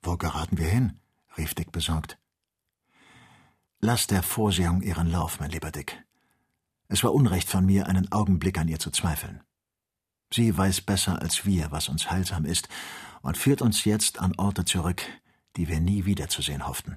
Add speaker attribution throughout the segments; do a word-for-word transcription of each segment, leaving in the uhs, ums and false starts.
Speaker 1: »Wo geraten wir hin?« rief Dick besorgt. »Lass der Vorsehung ihren Lauf, mein lieber Dick. Es war Unrecht von mir, einen Augenblick an ihr zu zweifeln. Sie weiß besser als wir, was uns heilsam ist, und führt uns jetzt an Orte zurück, die wir nie wiederzusehen hofften.«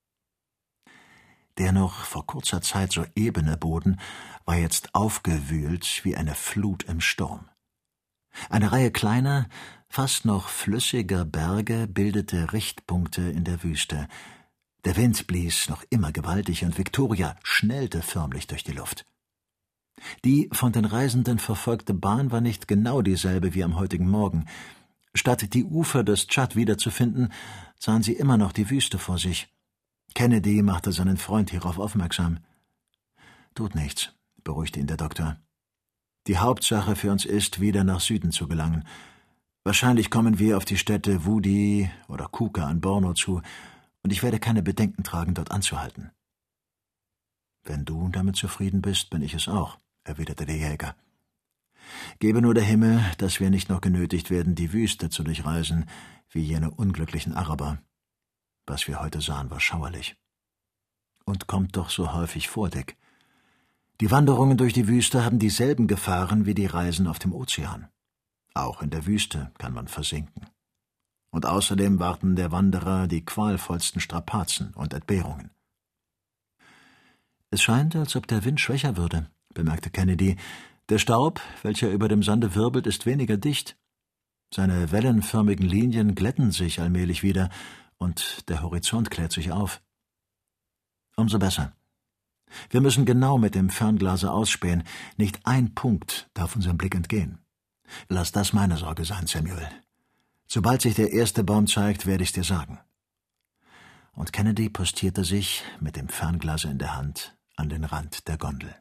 Speaker 1: Der noch vor kurzer Zeit so ebene Boden war jetzt aufgewühlt wie eine Flut im Sturm. Eine Reihe kleiner, fast noch flüssiger Berge bildete Richtpunkte in der Wüste. Der Wind blies noch immer gewaltig und Victoria schnellte förmlich durch die Luft. Die von den Reisenden verfolgte Bahn war nicht genau dieselbe wie am heutigen Morgen. Statt die Ufer des Tschad wiederzufinden, sahen sie immer noch die Wüste vor sich. Kennedy machte seinen Freund hierauf aufmerksam. »Tut nichts«, beruhigte ihn der Doktor. »Die Hauptsache für uns ist, wieder nach Süden zu gelangen. Wahrscheinlich kommen wir auf die Städte Wudi oder Kuka an Borno zu, und ich werde keine Bedenken tragen, dort anzuhalten.« »Wenn du damit zufrieden bist, bin ich es auch«, erwiderte der Jäger. »Gebe nur der Himmel, dass wir nicht noch genötigt werden, die Wüste zu durchreisen, wie jene unglücklichen Araber. Was wir heute sahen, war schauerlich. Und kommt doch so häufig vor, Dick. Die Wanderungen durch die Wüste haben dieselben Gefahren wie die Reisen auf dem Ozean. Auch in der Wüste kann man versinken. Und außerdem warten der Wanderer die qualvollsten Strapazen und Entbehrungen.« »Es scheint, als ob der Wind schwächer würde«, bemerkte Kennedy. »Der Staub, welcher über dem Sande wirbelt, ist weniger dicht. Seine wellenförmigen Linien glätten sich allmählich wieder, und der Horizont klärt sich auf.« »Umso besser. Wir müssen genau mit dem Fernglase ausspähen. Nicht ein Punkt darf unserem Blick entgehen. Lass das meine Sorge sein, Samuel. Sobald sich der erste Baum zeigt, werde ich's dir sagen.« Und Kennedy postierte sich mit dem Fernglase in der Hand an den Rand der Gondel.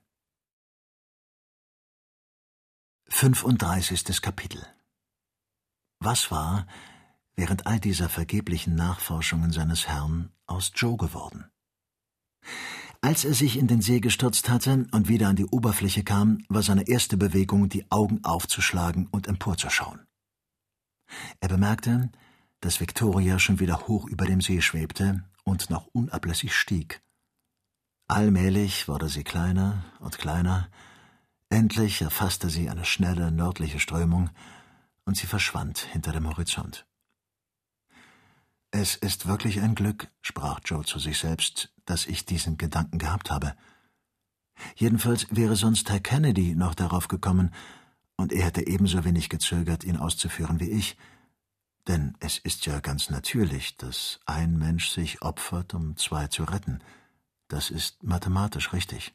Speaker 1: fünfunddreißigstes Kapitel. Was war, während all dieser vergeblichen Nachforschungen seines Herrn, aus Joe geworden? Als er sich in den See gestürzt hatte und wieder an die Oberfläche kam, war seine erste Bewegung, die Augen aufzuschlagen und emporzuschauen. Er bemerkte, dass Victoria schon wieder hoch über dem See schwebte und noch unablässig stieg. Allmählich wurde sie kleiner und kleiner. Endlich erfasste sie eine schnelle nördliche Strömung, und sie verschwand hinter dem Horizont. »Es ist wirklich ein Glück«, sprach Joe zu sich selbst, »dass ich diesen Gedanken gehabt habe. Jedenfalls wäre sonst Herr Kennedy noch darauf gekommen, und er hätte ebenso wenig gezögert, ihn auszuführen wie ich. Denn es ist ja ganz natürlich, dass ein Mensch sich opfert, um zwei zu retten. Das ist mathematisch richtig.«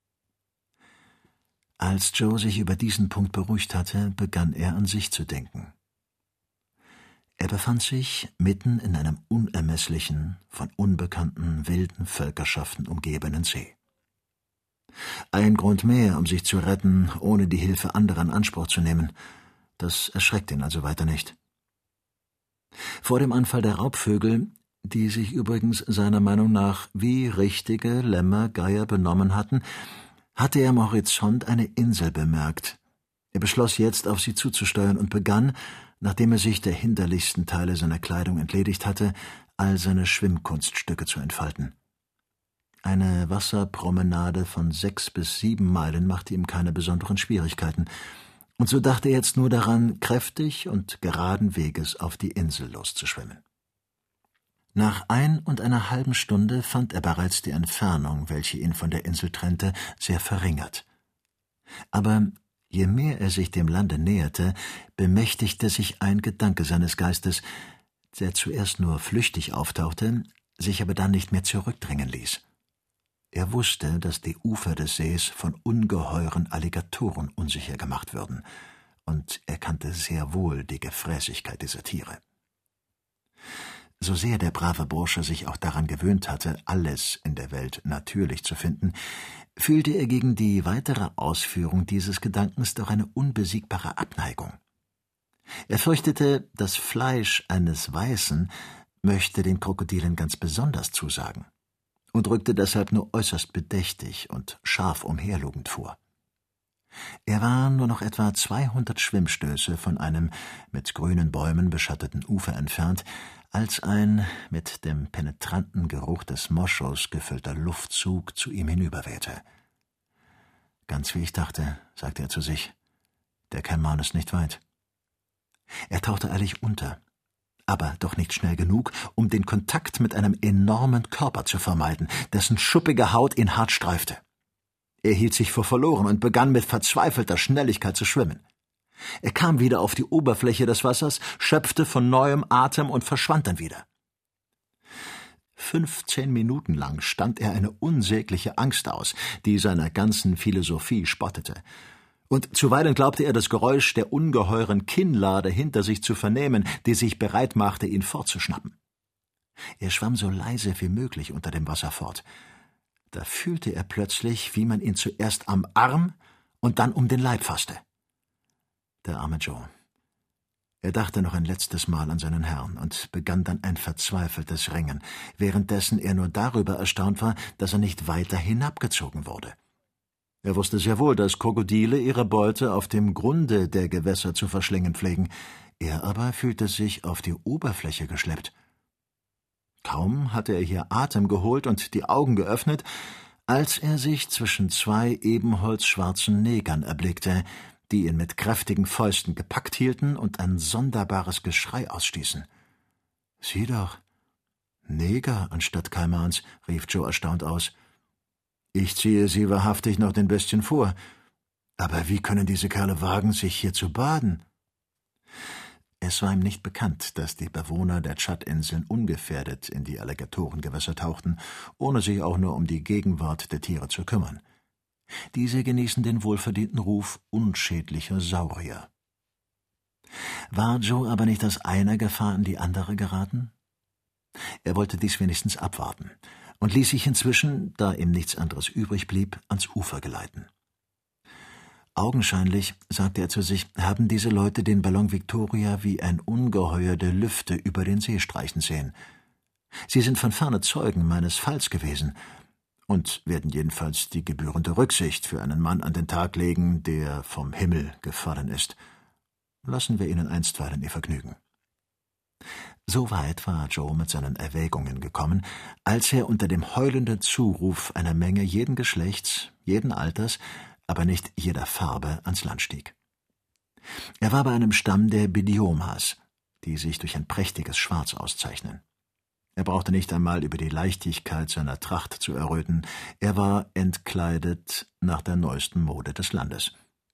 Speaker 1: Als Joe sich über diesen Punkt beruhigt hatte, begann er an sich zu denken. Er befand sich mitten in einem unermesslichen, von unbekannten, wilden Völkerschaften umgebenen See. Ein Grund mehr, um sich zu retten, ohne die Hilfe anderer in Anspruch zu nehmen. Das erschreckt ihn also weiter nicht. Vor dem Anfall der Raubvögel, die sich übrigens seiner Meinung nach wie richtige Lämmergeier benommen hatten, hatte er am Horizont eine Insel bemerkt. Er beschloss jetzt, auf sie zuzusteuern und begann, nachdem er sich der hinderlichsten Teile seiner Kleidung entledigt hatte, all seine Schwimmkunststücke zu entfalten. Eine Wasserpromenade von sechs bis sieben Meilen machte ihm keine besonderen Schwierigkeiten, und so dachte er jetzt nur daran, kräftig und geraden Weges auf die Insel loszuschwimmen. Nach ein und einer halben Stunde fand er bereits die Entfernung, welche ihn von der Insel trennte, sehr verringert. Aber je mehr er sich dem Lande näherte, bemächtigte sich ein Gedanke seines Geistes, der zuerst nur flüchtig auftauchte, sich aber dann nicht mehr zurückdrängen ließ. Er wusste, dass die Ufer des Sees von ungeheuren Alligatoren unsicher gemacht würden, und er kannte sehr wohl die Gefräßigkeit dieser Tiere. So sehr der brave Bursche sich auch daran gewöhnt hatte, alles in der Welt natürlich zu finden, fühlte er gegen die weitere Ausführung dieses Gedankens doch eine unbesiegbare Abneigung. Er fürchtete, das Fleisch eines Weißen möchte den Krokodilen ganz besonders zusagen und rückte deshalb nur äußerst bedächtig und scharf umherlugend vor. Er war nur noch etwa zweihundert Schwimmstöße von einem mit grünen Bäumen beschatteten Ufer entfernt, als ein mit dem penetranten Geruch des Moschus gefüllter Luftzug zu ihm hinüberwehte. »Ganz wie ich dachte«, sagte er zu sich, »der Kaiman ist nicht weit.« Er tauchte eilig unter, aber doch nicht schnell genug, um den Kontakt mit einem enormen Körper zu vermeiden, dessen schuppige Haut ihn hart streifte. Er hielt sich für verloren und begann mit verzweifelter Schnelligkeit zu schwimmen. Er kam wieder auf die Oberfläche des Wassers, schöpfte von neuem Atem und verschwand dann wieder. Fünfzehn Minuten lang stand er eine unsägliche Angst aus, die seiner ganzen Philosophie spottete. Und zuweilen glaubte er, das Geräusch der ungeheuren Kinnlade hinter sich zu vernehmen, die sich bereit machte, ihn fortzuschnappen. Er schwamm so leise wie möglich unter dem Wasser fort. Da fühlte er plötzlich, wie man ihn zuerst am Arm und dann um den Leib fasste. Der arme Joe. Er dachte noch ein letztes Mal an seinen Herrn und begann dann ein verzweifeltes Ringen, währenddessen er nur darüber erstaunt war, dass er nicht weiter hinabgezogen wurde. Er wusste sehr wohl, dass Krokodile ihre Beute auf dem Grunde der Gewässer zu verschlingen pflegen. Er aber fühlte sich auf die Oberfläche geschleppt. Kaum hatte er hier Atem geholt und die Augen geöffnet, als er sich zwischen zwei ebenholzschwarzen Negern erblickte, die ihn mit kräftigen Fäusten gepackt hielten und ein sonderbares Geschrei ausstießen. »Sieh doch, Neger anstatt Kaimans«, rief Joe erstaunt aus. »Ich ziehe sie wahrhaftig noch den Bestien vor. Aber wie können diese Kerle wagen, sich hier zu baden?« Es war ihm nicht bekannt, dass die Bewohner der Tschad-Inseln ungefährdet in die Alligatorengewässer tauchten, ohne sich auch nur um die Gegenwart der Tiere zu kümmern. Diese genießen den wohlverdienten Ruf unschädlicher Saurier. War Joe aber nicht aus einer Gefahr in die andere geraten? Er wollte dies wenigstens abwarten und ließ sich inzwischen, da ihm nichts anderes übrig blieb, ans Ufer geleiten. Augenscheinlich, sagte er zu sich, haben diese Leute den Ballon Victoria wie ein Ungeheuer der Lüfte über den See streichen sehen. Sie sind von ferne Zeugen meines Falls gewesen und werden jedenfalls die gebührende Rücksicht für einen Mann an den Tag legen, der vom Himmel gefallen ist. Lassen wir ihnen einstweilen ihr Vergnügen. So weit war Joe mit seinen Erwägungen gekommen, als er unter dem heulenden Zuruf einer Menge jeden Geschlechts, jeden Alters, aber nicht jeder Farbe ans Land stieg. Er war bei einem Stamm der Bidiomas, die sich durch ein prächtiges Schwarz auszeichnen. Er brauchte nicht einmal über die Leichtigkeit seiner Tracht zu erröten, er war entkleidet nach der neuesten Mode des Landes.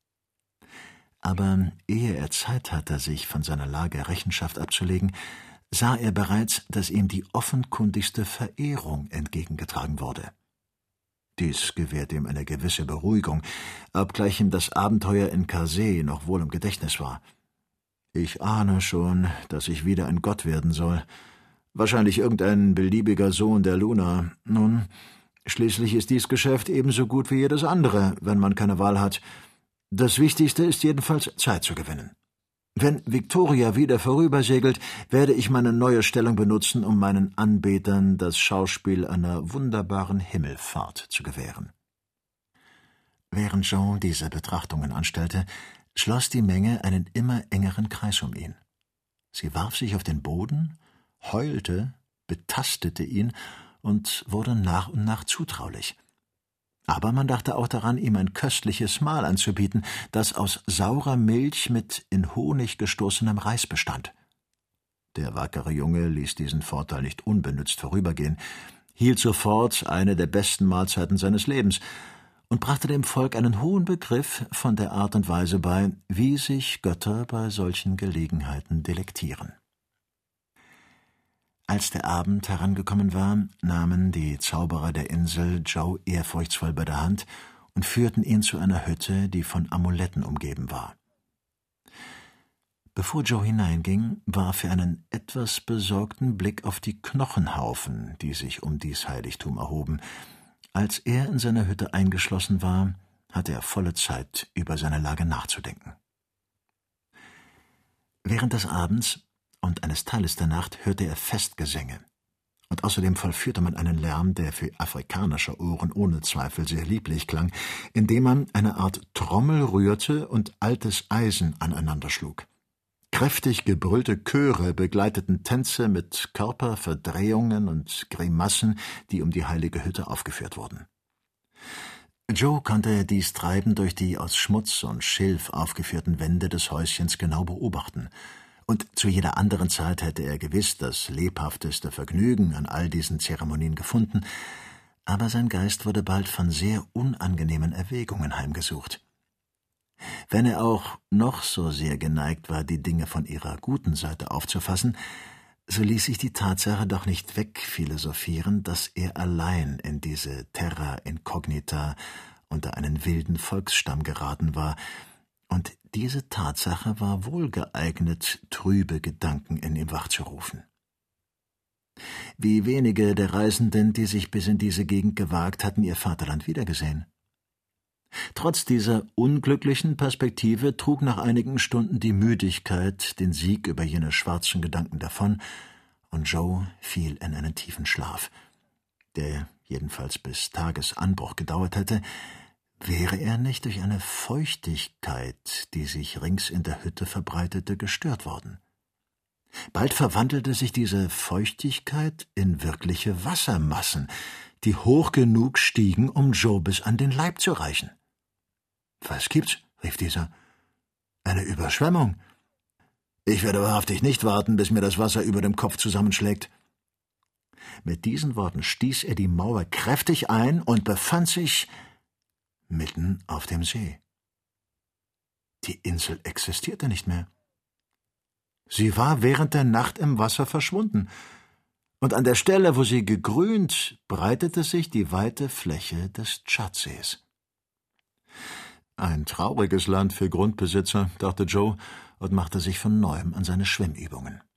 Speaker 1: Aber ehe er Zeit hatte, sich von seiner Lage Rechenschaft abzulegen, sah er bereits, dass ihm die offenkundigste Verehrung entgegengetragen wurde. Dies gewährte ihm eine gewisse Beruhigung, obgleich ihm das Abenteuer in Kasee noch wohl im Gedächtnis war. »Ich ahne schon, dass ich wieder ein Gott werden soll. Wahrscheinlich irgendein beliebiger Sohn der Luna. Nun, schließlich ist dies Geschäft ebenso gut wie jedes andere, wenn man keine Wahl hat. Das Wichtigste ist jedenfalls, Zeit zu gewinnen. Wenn Victoria wieder vorübersegelt, werde ich meine neue Stellung benutzen, um meinen Anbetern das Schauspiel einer wunderbaren Himmelfahrt zu gewähren.« Während Joe diese Betrachtungen anstellte, schloss die Menge einen immer engeren Kreis um ihn. Sie warf sich auf den Boden, heulte, betastete ihn und wurde nach und nach zutraulich. Aber man dachte auch daran, ihm ein köstliches Mahl anzubieten, das aus saurer Milch mit in Honig gestoßenem Reis bestand. Der wackere Junge ließ diesen Vorteil nicht unbenützt vorübergehen, hielt sofort eine der besten Mahlzeiten seines Lebens und brachte dem Volk einen hohen Begriff von der Art und Weise bei, wie sich Götter bei solchen Gelegenheiten delektieren. Als der Abend herangekommen war, nahmen die Zauberer der Insel Joe ehrfurchtsvoll bei der Hand und führten ihn zu einer Hütte, die von Amuletten umgeben war. Bevor Joe hineinging, warf er einen etwas besorgten Blick auf die Knochenhaufen, die sich um dies Heiligtum erhoben. Als er in seiner Hütte eingeschlossen war, hatte er volle Zeit, über seine Lage nachzudenken. Während des Abends und eines Teiles der Nacht hörte er Festgesänge, und außerdem vollführte man einen Lärm, der für afrikanische Ohren ohne Zweifel sehr lieblich klang, indem man eine Art Trommel rührte und altes Eisen aneinander schlug. Kräftig gebrüllte Chöre begleiteten Tänze mit Körperverdrehungen und Grimassen, die um die heilige Hütte aufgeführt wurden. Joe konnte dies Treiben durch die aus Schmutz und Schilf aufgeführten Wände des Häuschens genau beobachten, und zu jeder anderen Zeit hätte er gewiss das lebhafteste Vergnügen an all diesen Zeremonien gefunden, aber sein Geist wurde bald von sehr unangenehmen Erwägungen heimgesucht. Wenn er auch noch so sehr geneigt war, die Dinge von ihrer guten Seite aufzufassen, so ließ sich die Tatsache doch nicht wegphilosophieren, dass er allein in diese Terra Incognita unter einen wilden Volksstamm geraten war, und diese Tatsache war wohl geeignet, trübe Gedanken in ihm wachzurufen. Wie wenige der Reisenden, die sich bis in diese Gegend gewagt hatten, ihr Vaterland wiedergesehen. Trotz dieser unglücklichen Perspektive trug nach einigen Stunden die Müdigkeit den Sieg über jene schwarzen Gedanken davon, und Joe fiel in einen tiefen Schlaf, der jedenfalls bis Tagesanbruch gedauert hätte, wäre er nicht durch eine Feuchtigkeit, die sich rings in der Hütte verbreitete, gestört worden. Bald verwandelte sich diese Feuchtigkeit in wirkliche Wassermassen, die hoch genug stiegen, um Joe bis an den Leib zu reichen. »Was gibt's?« rief dieser. »Eine Überschwemmung. Ich werde wahrhaftig nicht warten, bis mir das Wasser über dem Kopf zusammenschlägt.« Mit diesen Worten stieß er die Mauer kräftig ein und befand sich mitten auf dem See. Die Insel existierte nicht mehr. Sie war während der Nacht im Wasser verschwunden, und an der Stelle, wo sie gegrünt, breitete sich die weite Fläche des Tschadsees. Ein trauriges Land für Grundbesitzer, dachte Joe und machte sich von neuem an seine Schwimmübungen.